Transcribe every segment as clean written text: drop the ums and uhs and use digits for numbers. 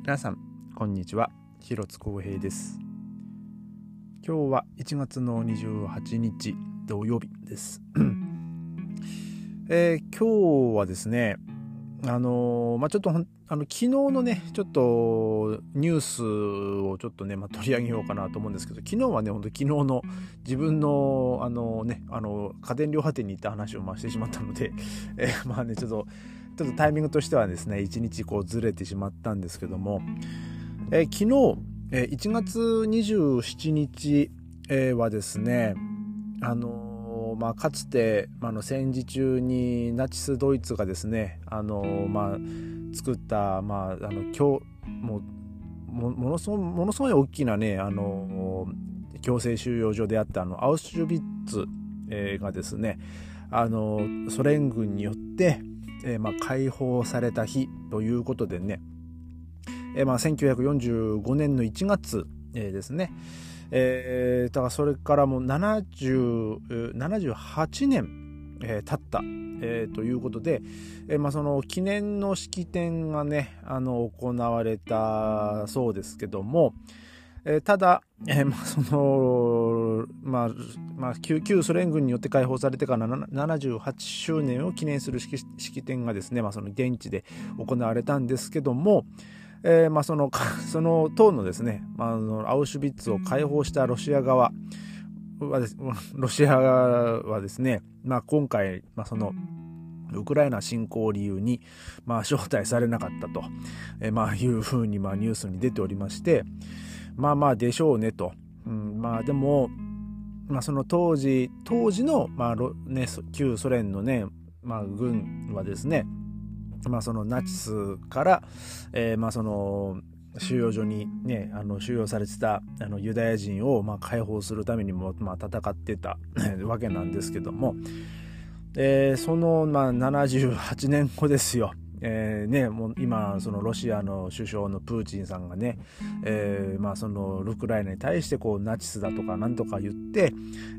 皆さんこんにちは、広津光平です。今日は1月の28日土曜日です。今日はですね、ちょっと昨日のねちょっとニュースをちょっとね、取り上げようかなと思うんですけど、昨日はね昨日の自分の家電量販店に行った話をしてしまったので、ちょっとタイミングとしてはですね1日ずれてしまったんですけども、昨日1月27日、はですねかつて、戦時中にナチスドイツがですね作ったものすごい大きなね強制収容所であったアウシュビッツ、がですねソ連軍によって、解放された日ということでね、1945年の1月、ですね、だからそれからもう78年、経った、ということで、その記念の式典がね行われたそうですけども、ただ、旧ソ連軍によって解放されてから78周年を記念する式典がですね、その現地で行われたんですけども、その当のですね、アウシュビッツを解放したロシアはですね、今回、ウクライナ侵攻を理由に、招待されなかったと、いうふうにニュースに出ておりまして、でしょうねと、でも、その当時の、旧ソ連のね、軍はですね、そのナチスから、その収容所にね収容されてたユダヤ人を解放するためにも戦ってたわけなんですけども、その78年後ですよ。もう今そのロシアの首相のプーチンさんがね、そのウクライナに対してナチスだとかなんとか言って、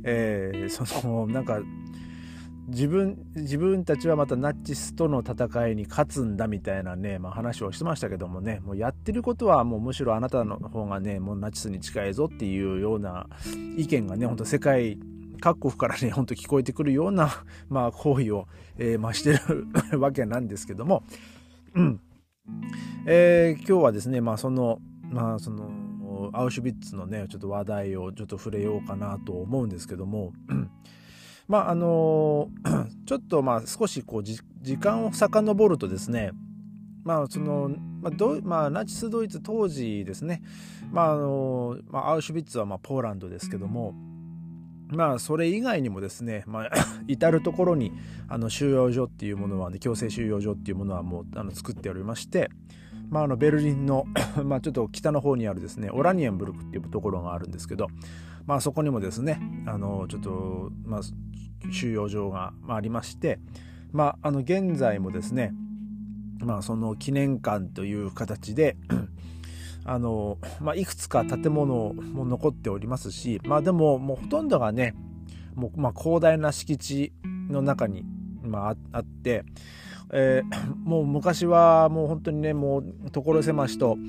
自分たちはまたナチスとの戦いに勝つんだみたいなね、話をしてましたけどもね、もうやってることはもうむしろあなたの方がねもうナチスに近いぞっていうような意見がね本当世界各国からね本当聞こえてくるような行為を、してるわけなんですけども、今日はですねそのアウシュビッツのねちょっと話題をちょっと触れようかなと思うんですけどもちょっと少し時間を遡るとですね、ナチスドイツ当時ですね、アウシュビッツはポーランドですけども、それ以外にもですね、至る所に収容所っていうものは、ね、強制収容所っていうものはもう作っておりまして、ベルリンのちょっと北の方にあるですねオラニエンブルクっていうところがあるんですけど、そこにもですねちょっと収容所がありまして、現在もですねその記念館という形でいくつか建物も残っておりますし、でももうほとんどがねもう広大な敷地の中にあって、もう昔はもう本当にねもう所狭しと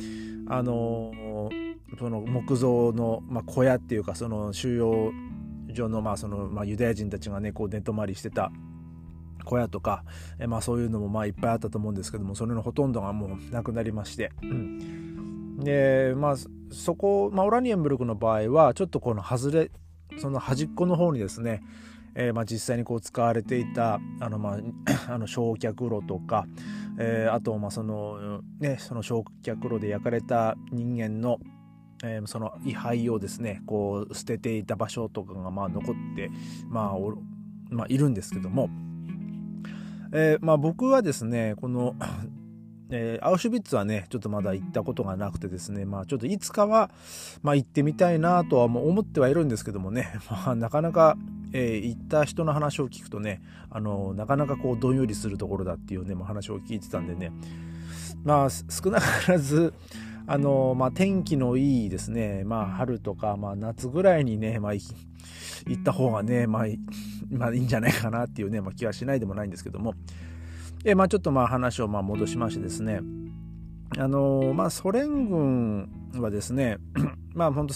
その木造の、小屋っていうかその収容所のユダヤ人たちがね寝泊まりしてた小屋とか、そういうのもいっぱいあったと思うんですけども、それのほとんどがもうなくなりまして、でそこ、オラニエンブルクの場合はちょっとその端っこの方にですね、実際に使われていた焼却炉とか、あとその焼却炉で焼かれた人間のその遺灰をですね捨てていた場所とかが残っているんですけども、僕はですねこのアウシュビッツはねちょっとまだ行ったことがなくてですね、ちょっといつかは行ってみたいなとは思ってはいるんですけどもね、なかなか、行った人の話を聞くとねなかなかどんよりするところだっていうね話を聞いてたんでね、少なからず天気のいいですね、春とか、夏ぐらいにね、行った方がね、いいんじゃないかなっていうね、気はしないでもないんですけども、ちょっと話を戻しましてですね、 ソ連軍はですね本当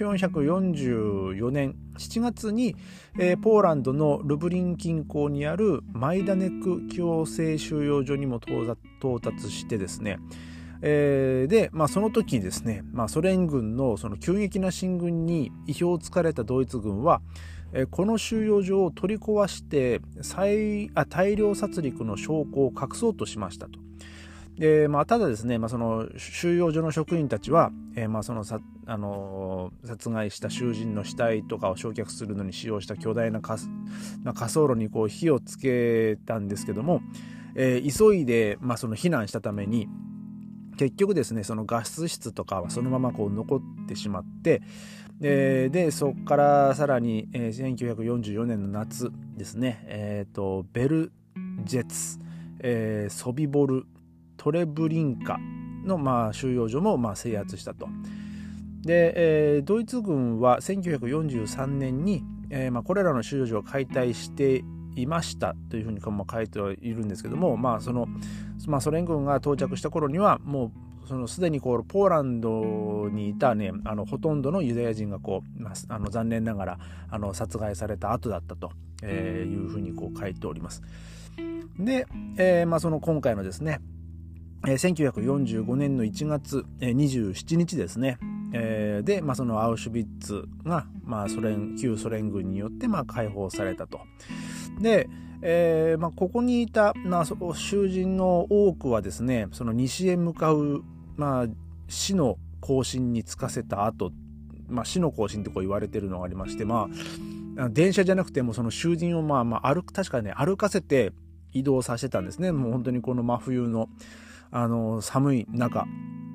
1444年7月に、ポーランドのルブリン近郊にあるマイダネク強制収容所にも到達してですね、で、その時にですね、ソ連軍のその急激な進軍に意表をつかれたドイツ軍は、この収容所を取り壊して大量殺戮の証拠を隠そうとしましたと。ただですね、その収容所の職員たちは、その殺害した囚人の死体とかを焼却するのに使用した巨大な火葬炉にこう火をつけたんですけども、急いで、その避難したために結局ですね、そのガス室とかはそのままこう残ってしまって、でそこからさらに、1944年の夏ですね、ベルジェツ、ソビボル、トレブリンカの収容所も制圧したと。で、ドイツ軍は1943年に、これらの収容所を解体していましたというふうに書いてはいるんですけども、ソ連軍が到着した頃にはもうすでにポーランドにいたね、ほとんどのユダヤ人が残念ながら殺害された後だったというふうに書いております。で、その今回のですね、1945年の1月27日ですね、で、そのアウシュビッツが、旧ソ連軍によって解放されたと。で、ここにいた、囚人の多くはですね、その西へ向かう、死の行進に就かせた後、死の行進って言われてるのがありまして、電車じゃなくてもその囚人を確かね歩かせて移動させてたんですね。もう本当にこの真冬の寒い中、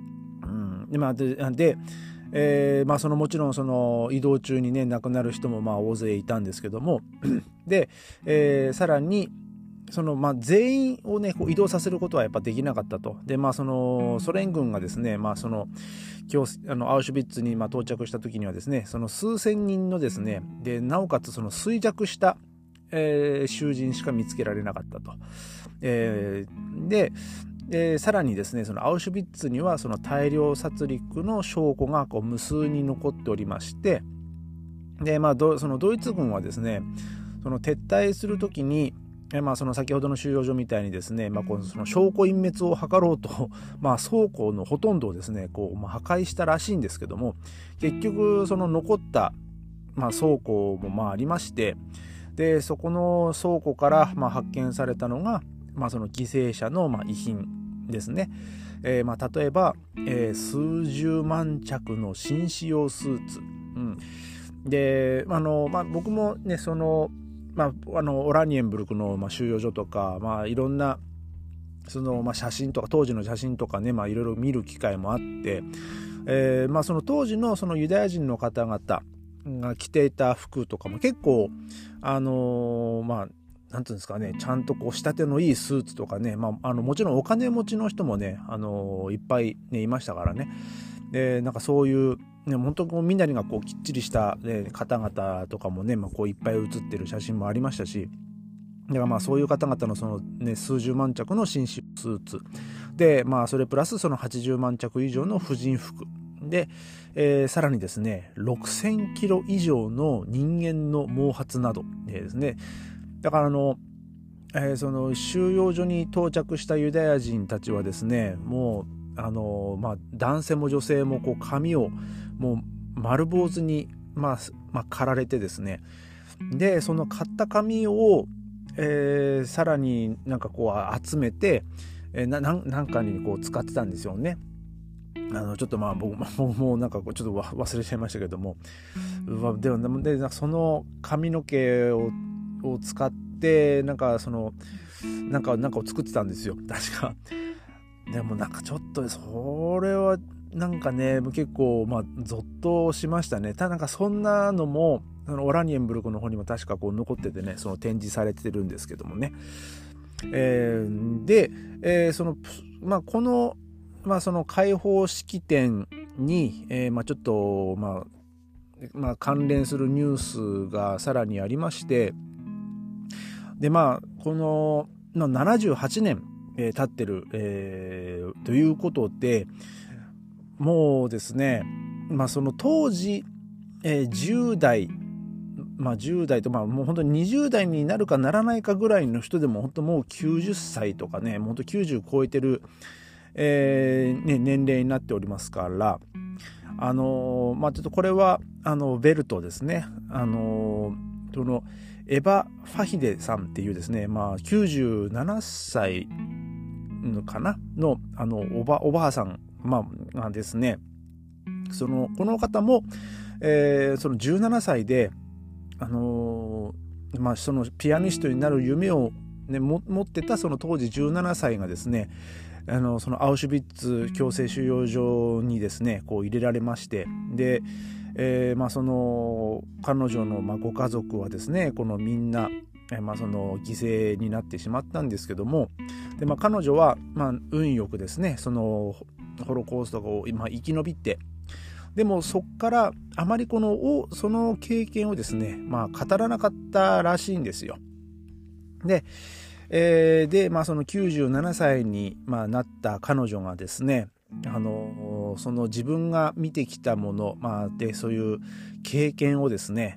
そのもちろんその移動中にね亡くなる人も大勢いたんですけどもで、さらにその全員をね移動させることはやっぱできなかったと。でそのソ連軍がですねそのアウシュビッツに到着した時にはですね、その数千人のですねでなおかつその衰弱した、囚人しか見つけられなかったと。でさらにですね、そのアウシュビッツにはその大量殺戮の証拠が無数に残っておりまして、でそのドイツ軍はですねその撤退するときに、その先ほどの収容所みたいにですね、その証拠隠滅を図ろうと倉庫のほとんどをですね破壊したらしいんですけども、結局その残った倉庫もありまして、でそこの倉庫から発見されたのがその犠牲者の遺品ですね。例えば、数十万着の紳士用スーツ、で僕もねそのオラニエンブルクの収容所とか、いろんなその写真とか当時の写真とかね、いろいろ見る機会もあって、その当時のそのユダヤ人の方々が着ていた服とかも結構なんていうんですかね、ちゃんと仕立てのいいスーツとかね、もちろんお金持ちの人もね、いっぱい、ね、いましたからね。でなんかそういう、ね、本当みんながきっちりした、方々とかもね、いっぱい写ってる写真もありましたし、だからそういう方々のその、ね、数十万着の紳士スーツで、それプラスその80万着以上の婦人服で、さらにですね6000キロ以上の人間の毛髪などですね。だからその収容所に到着したユダヤ人たちはですね、もう男性も女性も髪をもう丸坊主に刈られてですね、でその刈った髪を、さらに集めて、なんかに使ってたんですよね。ちょっと僕もちょっと忘れちゃいましたけども、でその髪の毛を使ってなんかを作ってたんですよ確か。でもちょっとそれは結構ゾッとしましたね。ただそんなのもそのオラニエンブルクの方にも確か残っててね、その展示されてるんですけどもね。で、そのこのその開放式典に、ちょっと関連するニュースがさらにありまして、でこの78年、 立ってる、ということで、もうですね、その当時、10代、10代と、もう本当に20代になるかならないかぐらいの人でも本当もう90歳とかね、もう本当90超えてる、年齢になっておりますから、ちょっとこれはベルトですね、そのエヴァ・ファヒデさんっていうですね、97歳のかなのおばあさん、がですね、この方も、その17歳でそのピアニストになる夢を、ね、持ってたその当時17歳がですね、そのアウシュビッツ強制収容所にですねこう入れられまして、で、その彼女のご家族はですねこのみんな、その犠牲になってしまったんですけども、で、彼女は、運よくですねそのホロコーストを生き延びて、でもそっからあまりその経験をですね、語らなかったらしいんですよ。で、その97歳に、なった彼女がですね、その自分が見てきたもの、でそういう経験をですね、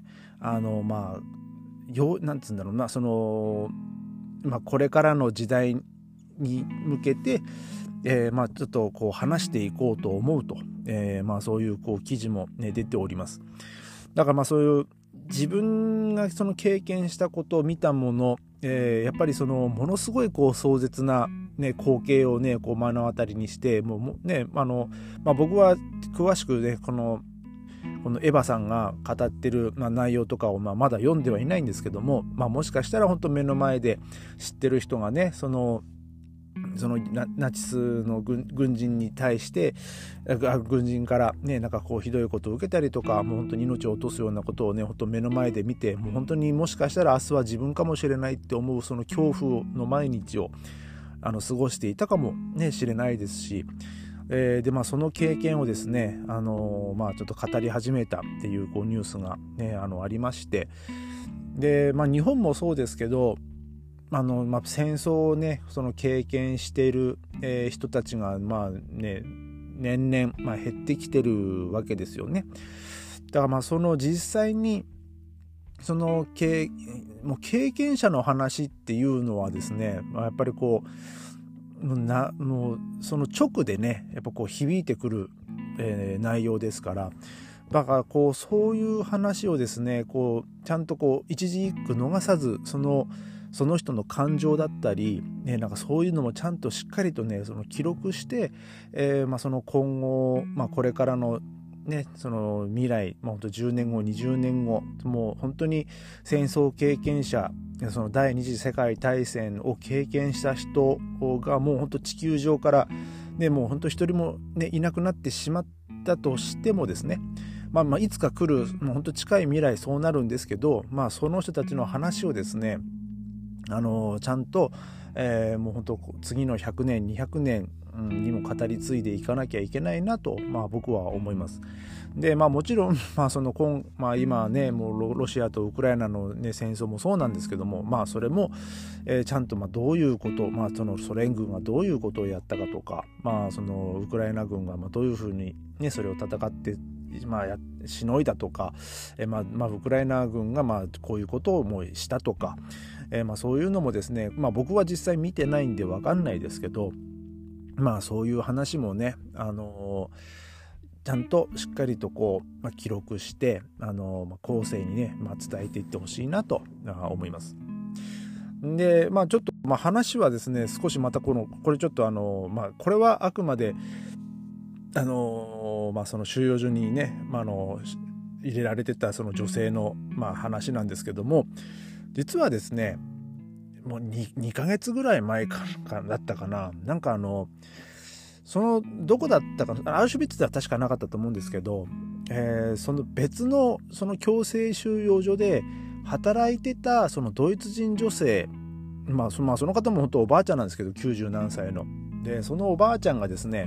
なんつうんだろうな、これからの時代に向けて、ちょっとこう話していこうと思うと、そういう記事も、出ております。だからそういう自分がその経験したことを見たもの、やっぱりものすごい壮絶な、光景をね目の当たりにして、もうね僕は詳しくねこのエヴァさんが語ってる、内容とかをまだ読んではいないんですけども、もしかしたら本当目の前で知ってる人がねそのナチスの軍人に対して軍人からねひどいことを受けたりとか、もう本当に命を落とすようなことをね本当目の前で見て、もう本当にもしかしたら明日は自分かもしれないって思うその恐怖の毎日を過ごしていたかもねしれないですし、でその経験をですねちょっと語り始めたっていうニュースがねありまして、で日本もそうですけど戦争をねその経験している、人たちが年々、減ってきてるわけですよね。だからその実際にそのもう経験者の話っていうのはですね、やっぱりもうその直でねやっぱ響いてくる、内容ですから、だからそういう話をですねちゃんと一字一句逃さずその人の感情だったり、そういうのもちゃんとしっかりとね記録して、その今後、これからのねその未来、本当10年後20年後もう本当に戦争経験者、その第二次世界大戦を経験した人がもう本当地球上からねもう本当一人もねいなくなってしまったとしてもですね、いつか来るもう本当近い未来そうなるんですけど、その人たちの話をですねちゃんと、もう本当次の100年200年にも語り継いでいかなきゃいけないなと、僕は思います。でもちろん、今ねもうロシアとウクライナの、戦争もそうなんですけども、それも、ちゃんとどういうこと、そのソ連軍がどういうことをやったかとか、そのウクライナ軍がどういうふうに、それを戦ってしのいだとか、ウクライナ軍がこういうことをもうしたとか、そういうのもですね、僕は実際見てないんで分かんないですけど、そういう話もね、ちゃんとしっかりと記録して後世にね、伝えていってほしいなと思います。でちょっと話はですね少しまたこれちょっとこれはあくまでその収容所にね、入れられてたその女性の話なんですけども、実はですねもう 2ヶ月ぐらい前だったかな、そのどこだったかアウシュビッツでは確かなかったと思うんですけど、その別のその強制収容所で働いてたそのドイツ人女性、その方も本当おばあちゃんなんですけど90何歳ので、そのおばあちゃんがですね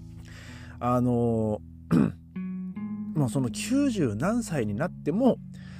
もうその90何歳になっても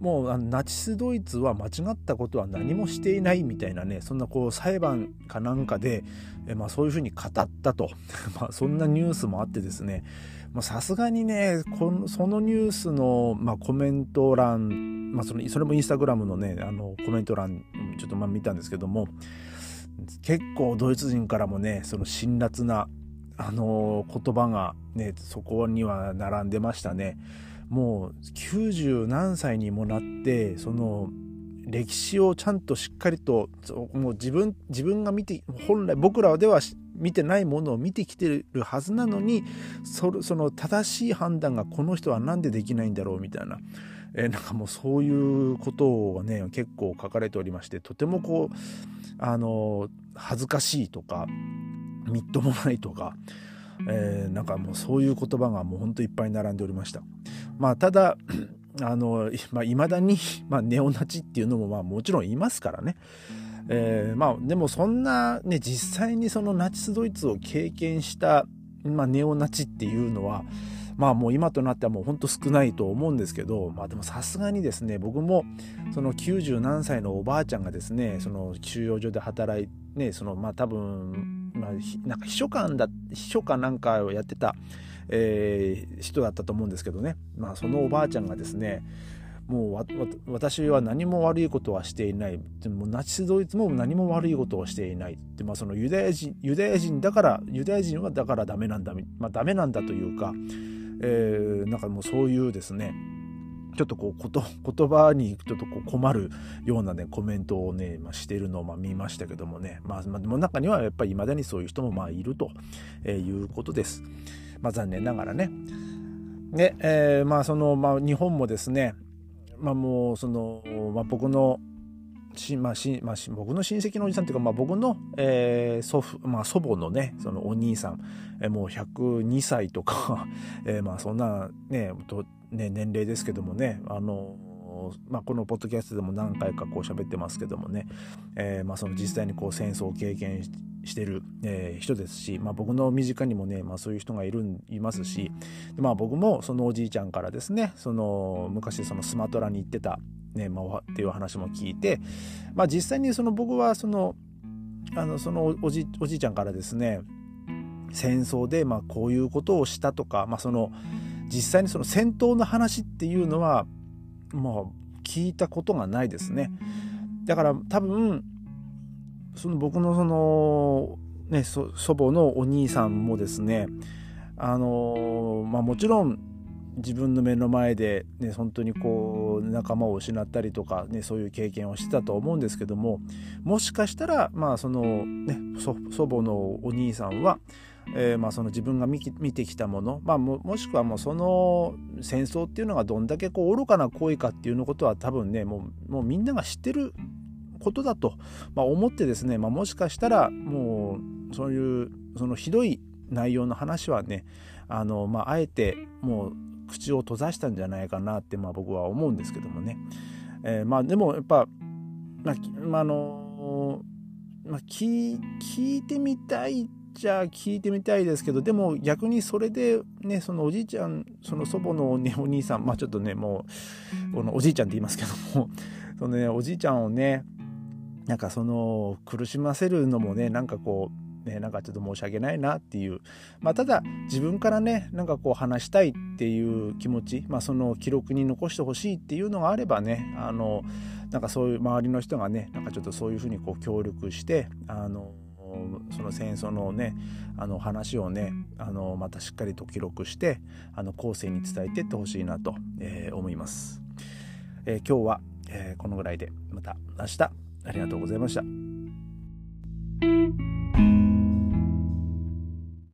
もうナチスドイツは間違ったことは何もしていないみたいなね、そんなこう裁判かなんかでそういうふうに語ったとそんなニュースもあってですね、さすがにねそのニュースの、コメント欄、それもインスタグラムのねコメント欄ちょっと見たんですけども、結構ドイツ人からもねその辛辣な言葉がねそこには並んでましたね。もう90何歳にもなってその歴史をちゃんとしっかりともう自分が本来僕らでは見てないものを見てきてるはずなのに、その正しい判断がこの人はなんでできないんだろうみたいな、なんかもうそういうことがね結構書かれておりまして、とてもこう恥ずかしいとかみっともないとか、なんかもうそういう言葉がもうほんといっぱい並んでおりました。ただ未だに、ネオナチっていうのももちろんいますからね。でもそんなね実際にそのナチスドイツを経験した、ネオナチっていうのはもう今となってはもうほんと少ないと思うんですけど、でもさすがにですね、僕もその90何歳のおばあちゃんがですねその収容所で働いてね、多分なんか秘書かなんかをやってた人だったと思うんですけどね、そのおばあちゃんがですね、もう私は何も悪いことはしていない、でもナチスドイツも何も悪いことをしていないで、そのユダヤ人はだからダメなんだ、ダメなんだというか、なんかもうそういうですねちょっとこう言葉にちょっとこう困るようなねコメントをね、しているのを見ましたけどもね、でも中にはやっぱり未だにそういう人もいるということです。残念ながらね。で、日本もですね、もう僕の僕の親戚のおじさんというか、僕の、祖母のねそのお兄さん、もう102歳とかそんなね年齢ですけどもね、このポッドキャストでも何回かこう喋ってますけどもね、その実際にこう戦争を経験してる、人ですし、僕の身近にもね、そういう人がいますし、僕もそのおじいちゃんからですね、昔そのスマトラに行ってたね、っていう話も聞いて、実際に僕はそのおじいちゃんからですね、戦争でこういうことをしたとか、実際にその戦闘の話っていうのは聞いたことがないですね。だから多分僕の祖母のお兄さんもですね、もちろん自分の目の前で、本当にこう仲間を失ったりとか、そういう経験をしてたと思うんですけども、もしかしたら祖母のお兄さんは、その自分が見てきたもの、もしくはもうその戦争っていうのがどんだけこう愚かな行為かっていうのことは多分ねもうみんなが知ってることだと、思ってですね、もしかしたらもうそういうそのひどい内容の話はねあえてもう口を閉ざしたんじゃないかなって僕は思うんですけどもね、でもやっぱ聞いてみたいじゃあ聞いてみたいですけど、でも逆にそれでねそのおじいちゃん、その祖母のねお兄さん、ちょっとねもうこのおじいちゃんって言いますけどもそのねおじいちゃんをねなんか苦しませるのもねなんかこうねなんかちょっと申し訳ないなっていう、ただ自分からねなんかこう話したいっていう気持ち、その記録に残してほしいっていうのがあればねなんかそういう周りの人がねなんかちょっとそういうふうにこう協力してその戦争のね話をねまたしっかりと記録して後世に伝えていってほしいなと、思います。今日は、このぐらいで、また明日ありがとうございました。